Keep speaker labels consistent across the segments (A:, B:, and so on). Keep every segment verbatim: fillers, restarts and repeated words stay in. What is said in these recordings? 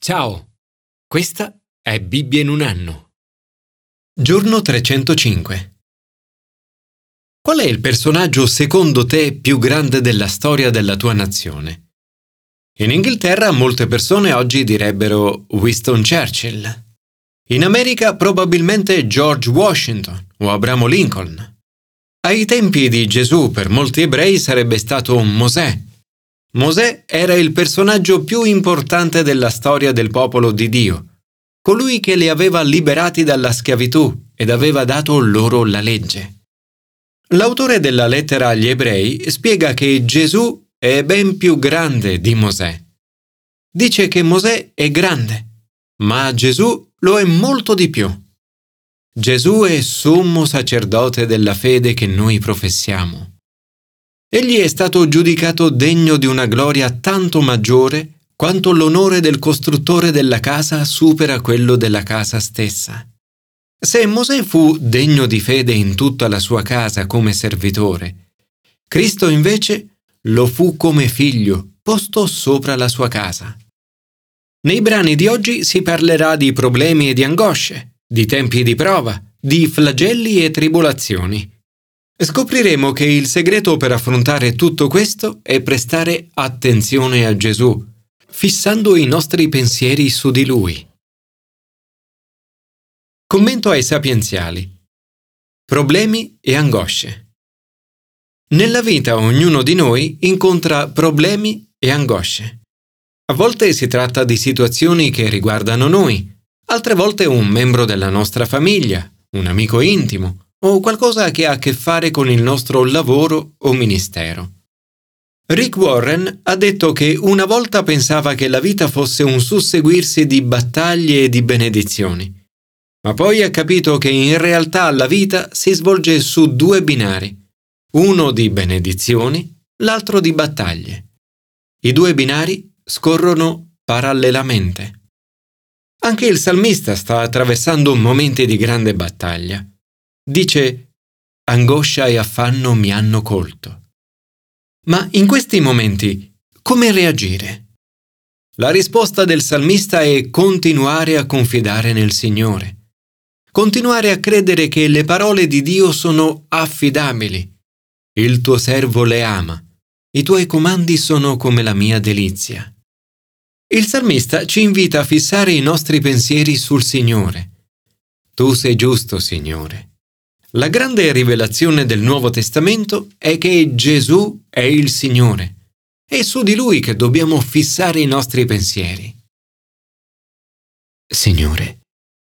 A: Ciao, questa è Bibbia in un anno. Giorno trecentocinque. Qual è il personaggio secondo te più grande della storia della tua nazione? In Inghilterra molte persone oggi direbbero Winston Churchill. In America probabilmente George Washington o Abramo Lincoln. Ai tempi di Gesù per molti ebrei sarebbe stato Mosè. Mosè era il personaggio più importante della storia del popolo di Dio, colui che li aveva liberati dalla schiavitù ed aveva dato loro la legge. L'autore della lettera agli ebrei spiega che Gesù è ben più grande di Mosè. Dice che Mosè è grande, ma Gesù lo è molto di più. Gesù è sommo sacerdote della fede che noi professiamo. Egli è stato giudicato degno di una gloria tanto maggiore quanto l'onore del costruttore della casa supera quello della casa stessa. Se Mosè fu degno di fede in tutta la sua casa come servitore, Cristo invece lo fu come figlio posto sopra la sua casa. Nei brani di oggi si parlerà di problemi e di angosce, di tempi di prova, di flagelli e tribolazioni. Scopriremo che il segreto per affrontare tutto questo è prestare attenzione a Gesù, fissando i nostri pensieri su di Lui. Commento ai sapienziali. Problemi e angosce. Nella vita ognuno di noi incontra problemi e angosce. A volte si tratta di situazioni che riguardano noi, altre volte un membro della nostra famiglia, un amico intimo, o qualcosa che ha a che fare con il nostro lavoro o ministero. Rick Warren ha detto che una volta pensava che la vita fosse un susseguirsi di battaglie e di benedizioni, ma poi ha capito che in realtà la vita si svolge su due binari, uno di benedizioni, l'altro di battaglie. I due binari scorrono parallelamente. Anche il salmista sta attraversando momenti di grande battaglia. Dice: angoscia e affanno mi hanno colto. Ma in questi momenti come reagire? La risposta del salmista è continuare a confidare nel Signore. Continuare a credere che le parole di Dio sono affidabili. Il tuo servo le ama. I tuoi comandi sono come la mia delizia. Il salmista ci invita a fissare i nostri pensieri sul Signore. Tu sei giusto, Signore. La grande rivelazione del Nuovo Testamento è che Gesù è il Signore. È su di Lui che dobbiamo fissare i nostri pensieri. Signore,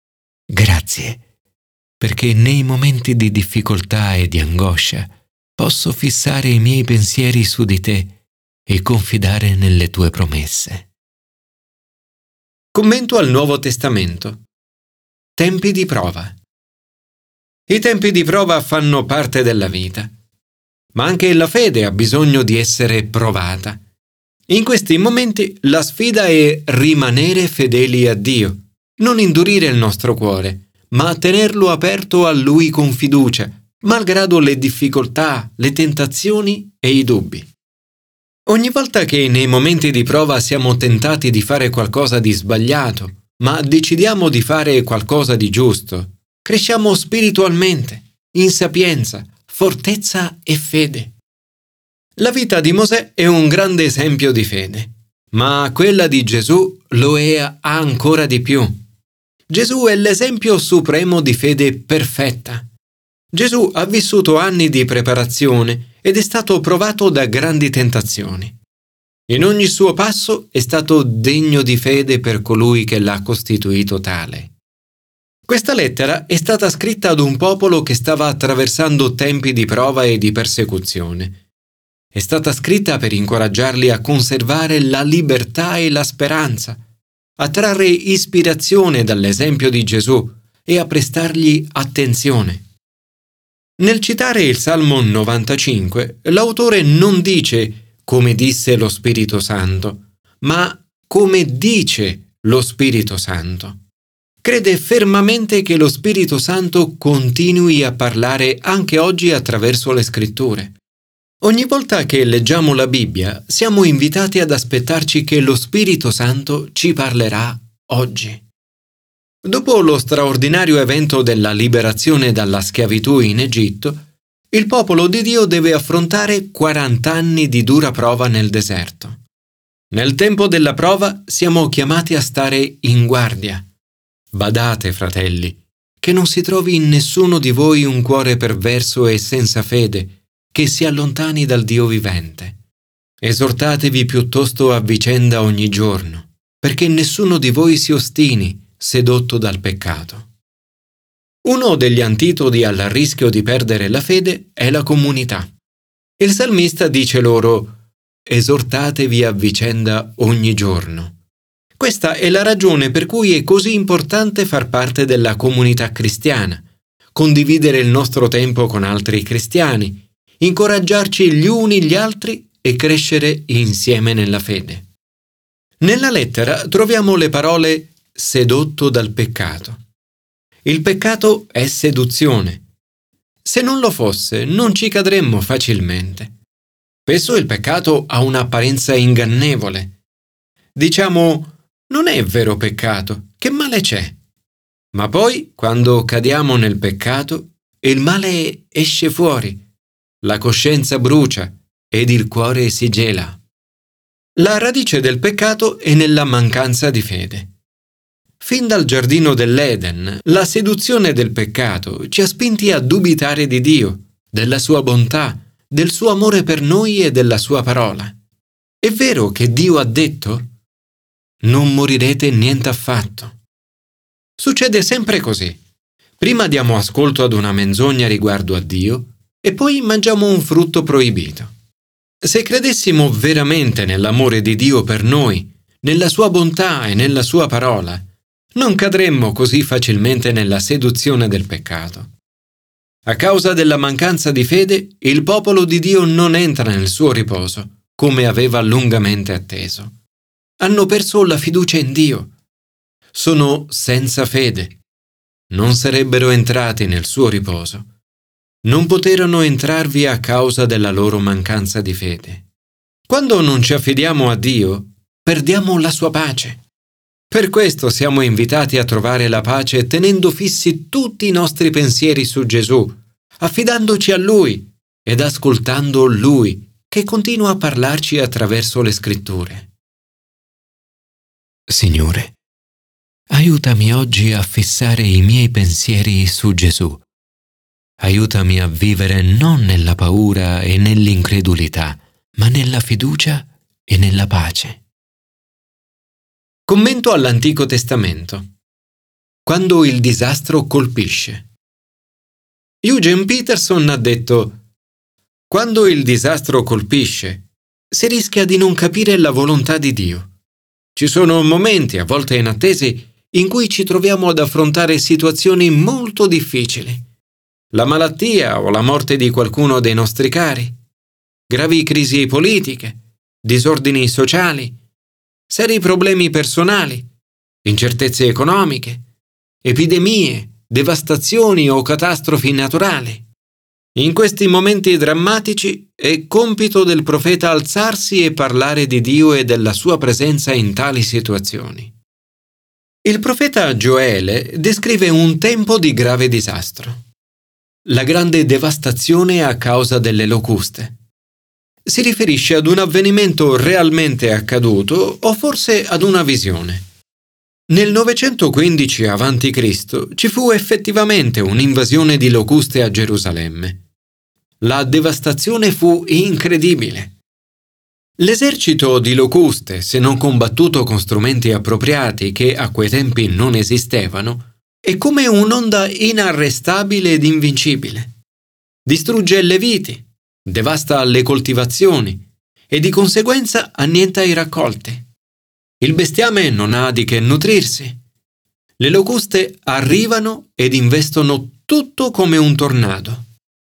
A: grazie, perché nei momenti di difficoltà e di angoscia posso fissare i miei pensieri su di te e confidare nelle tue promesse. Commento al Nuovo Testamento. Tempi di prova. I tempi di prova fanno parte della vita, ma anche la fede ha bisogno di essere provata. In questi momenti la sfida è rimanere fedeli a Dio, non indurire il nostro cuore, ma tenerlo aperto a Lui con fiducia, malgrado le difficoltà, le tentazioni e i dubbi. Ogni volta che nei momenti di prova siamo tentati di fare qualcosa di sbagliato, ma decidiamo di fare qualcosa di giusto, cresciamo spiritualmente, in sapienza, fortezza e fede. La vita di Mosè è un grande esempio di fede, ma quella di Gesù lo è ancora di più. Gesù è l'esempio supremo di fede perfetta. Gesù ha vissuto anni di preparazione ed è stato provato da grandi tentazioni. In ogni suo passo è stato degno di fede per colui che l'ha costituito tale. Questa lettera è stata scritta ad un popolo che stava attraversando tempi di prova e di persecuzione. È stata scritta per incoraggiarli a conservare la libertà e la speranza, a trarre ispirazione dall'esempio di Gesù e a prestargli attenzione. Nel citare il Salmo novantacinque, l'autore non dice come disse lo Spirito Santo, ma come dice lo Spirito Santo. Crede fermamente che lo Spirito Santo continui a parlare anche oggi attraverso le Scritture. Ogni volta che leggiamo la Bibbia, siamo invitati ad aspettarci che lo Spirito Santo ci parlerà oggi. Dopo lo straordinario evento della liberazione dalla schiavitù in Egitto, il popolo di Dio deve affrontare quaranta anni di dura prova nel deserto. Nel tempo della prova siamo chiamati a stare in guardia. Badate, fratelli, che non si trovi in nessuno di voi un cuore perverso e senza fede, che si allontani dal Dio vivente. Esortatevi piuttosto a vicenda ogni giorno, perché nessuno di voi si ostini, sedotto dal peccato. Uno degli antidoti al rischio di perdere la fede è la comunità. Il salmista dice loro: esortatevi a vicenda ogni giorno. Questa è la ragione per cui è così importante far parte della comunità cristiana, condividere il nostro tempo con altri cristiani, incoraggiarci gli uni gli altri e crescere insieme nella fede. Nella lettera troviamo le parole sedotto dal peccato. Il peccato è seduzione. Se non lo fosse, non ci cadremmo facilmente. Spesso il peccato ha un'apparenza ingannevole. Diciamo: non è vero peccato, che male c'è? Ma poi, quando cadiamo nel peccato, il male esce fuori, la coscienza brucia ed il cuore si gela. La radice del peccato è nella mancanza di fede. Fin dal giardino dell'Eden, la seduzione del peccato ci ha spinti a dubitare di Dio, della sua bontà, del suo amore per noi e della sua parola. È vero che Dio ha detto: non morirete niente affatto. Succede sempre così. Prima diamo ascolto ad una menzogna riguardo a Dio e poi mangiamo un frutto proibito. Se credessimo veramente nell'amore di Dio per noi, nella sua bontà e nella sua parola, non cadremmo così facilmente nella seduzione del peccato. A causa della mancanza di fede, il popolo di Dio non entra nel suo riposo, come aveva lungamente atteso. Hanno perso la fiducia in Dio. Sono senza fede. Non sarebbero entrati nel suo riposo. Non poterono entrarvi a causa della loro mancanza di fede. Quando non ci affidiamo a Dio, perdiamo la sua pace. Per questo siamo invitati a trovare la pace tenendo fissi tutti i nostri pensieri su Gesù, affidandoci a Lui ed ascoltando Lui, che continua a parlarci attraverso le Scritture. Signore, aiutami oggi a fissare i miei pensieri su Gesù. Aiutami a vivere non nella paura e nell'incredulità, ma nella fiducia e nella pace. Commento all'Antico Testamento. Quando il disastro colpisce. Eugene Peterson ha detto: quando il disastro colpisce, si rischia di non capire la volontà di Dio. Ci sono momenti, a volte inattesi, in cui ci troviamo ad affrontare situazioni molto difficili. La malattia o la morte di qualcuno dei nostri cari, gravi crisi politiche, disordini sociali, seri problemi personali, incertezze economiche, epidemie, devastazioni o catastrofi naturali. In questi momenti drammatici è compito del profeta alzarsi e parlare di Dio e della sua presenza in tali situazioni. Il profeta Gioele descrive un tempo di grave disastro. La grande devastazione a causa delle locuste. Si riferisce ad un avvenimento realmente accaduto o forse ad una visione. Nel novecentoquindici avanti Cristo ci fu effettivamente un'invasione di locuste a Gerusalemme. La devastazione fu incredibile. L'esercito di locuste, se non combattuto con strumenti appropriati che a quei tempi non esistevano, è come un'onda inarrestabile ed invincibile. Distrugge le viti, devasta le coltivazioni e di conseguenza annienta i raccolti. Il bestiame non ha di che nutrirsi. Le locuste arrivano ed investono tutto come un tornado.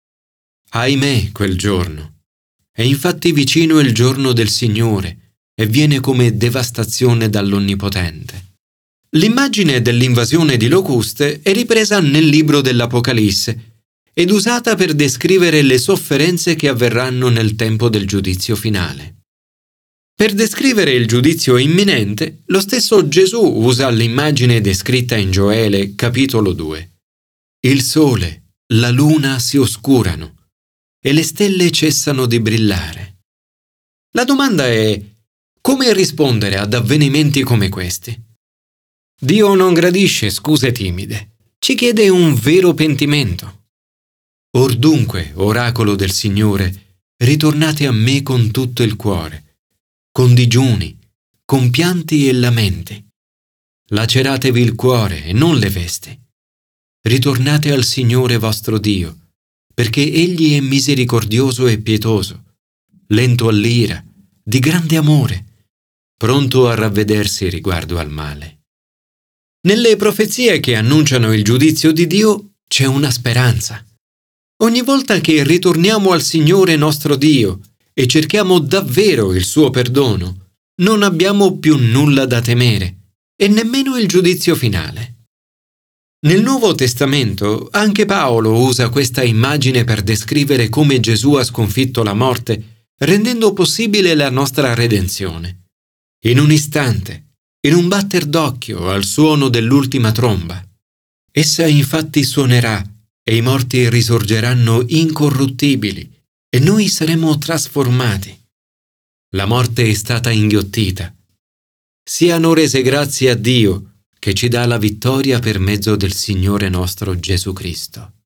A: Ahimè quel giorno. È infatti vicino il giorno del Signore e viene come devastazione dall'Onnipotente. L'immagine dell'invasione di locuste è ripresa nel libro dell'Apocalisse ed usata per descrivere le sofferenze che avverranno nel tempo del giudizio finale. Per descrivere il giudizio imminente, lo stesso Gesù usa l'immagine descritta in Gioele, capitolo due. Il sole, la luna si oscurano e le stelle cessano di brillare. La domanda è: come rispondere ad avvenimenti come questi? Dio non gradisce scuse timide, ci chiede un vero pentimento. Or dunque, oracolo del Signore, ritornate a me con tutto il cuore, con digiuni, con pianti e lamenti. Laceratevi il cuore e non le vesti. Ritornate al Signore vostro Dio, perché Egli è misericordioso e pietoso, lento all'ira, di grande amore, pronto a ravvedersi riguardo al male. Nelle profezie che annunciano il giudizio di Dio c'è una speranza. Ogni volta che ritorniamo al Signore nostro Dio e cerchiamo davvero il suo perdono, non abbiamo più nulla da temere e nemmeno il giudizio finale. Nel Nuovo Testamento anche Paolo usa questa immagine per descrivere come Gesù ha sconfitto la morte, rendendo possibile la nostra redenzione. In un istante, in un batter d'occhio al suono dell'ultima tromba. Essa infatti suonerà e i morti risorgeranno incorruttibili e noi saremo trasformati. La morte è stata inghiottita. Siano rese grazie a Dio che ci dà la vittoria per mezzo del Signore nostro Gesù Cristo.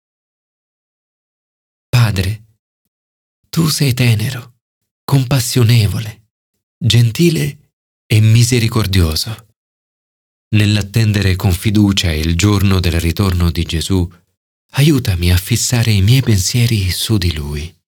A: Padre, tu sei tenero, compassionevole, gentile e misericordioso. Nell'attendere con fiducia il giorno del ritorno di Gesù, aiutami a fissare i miei pensieri su di Lui.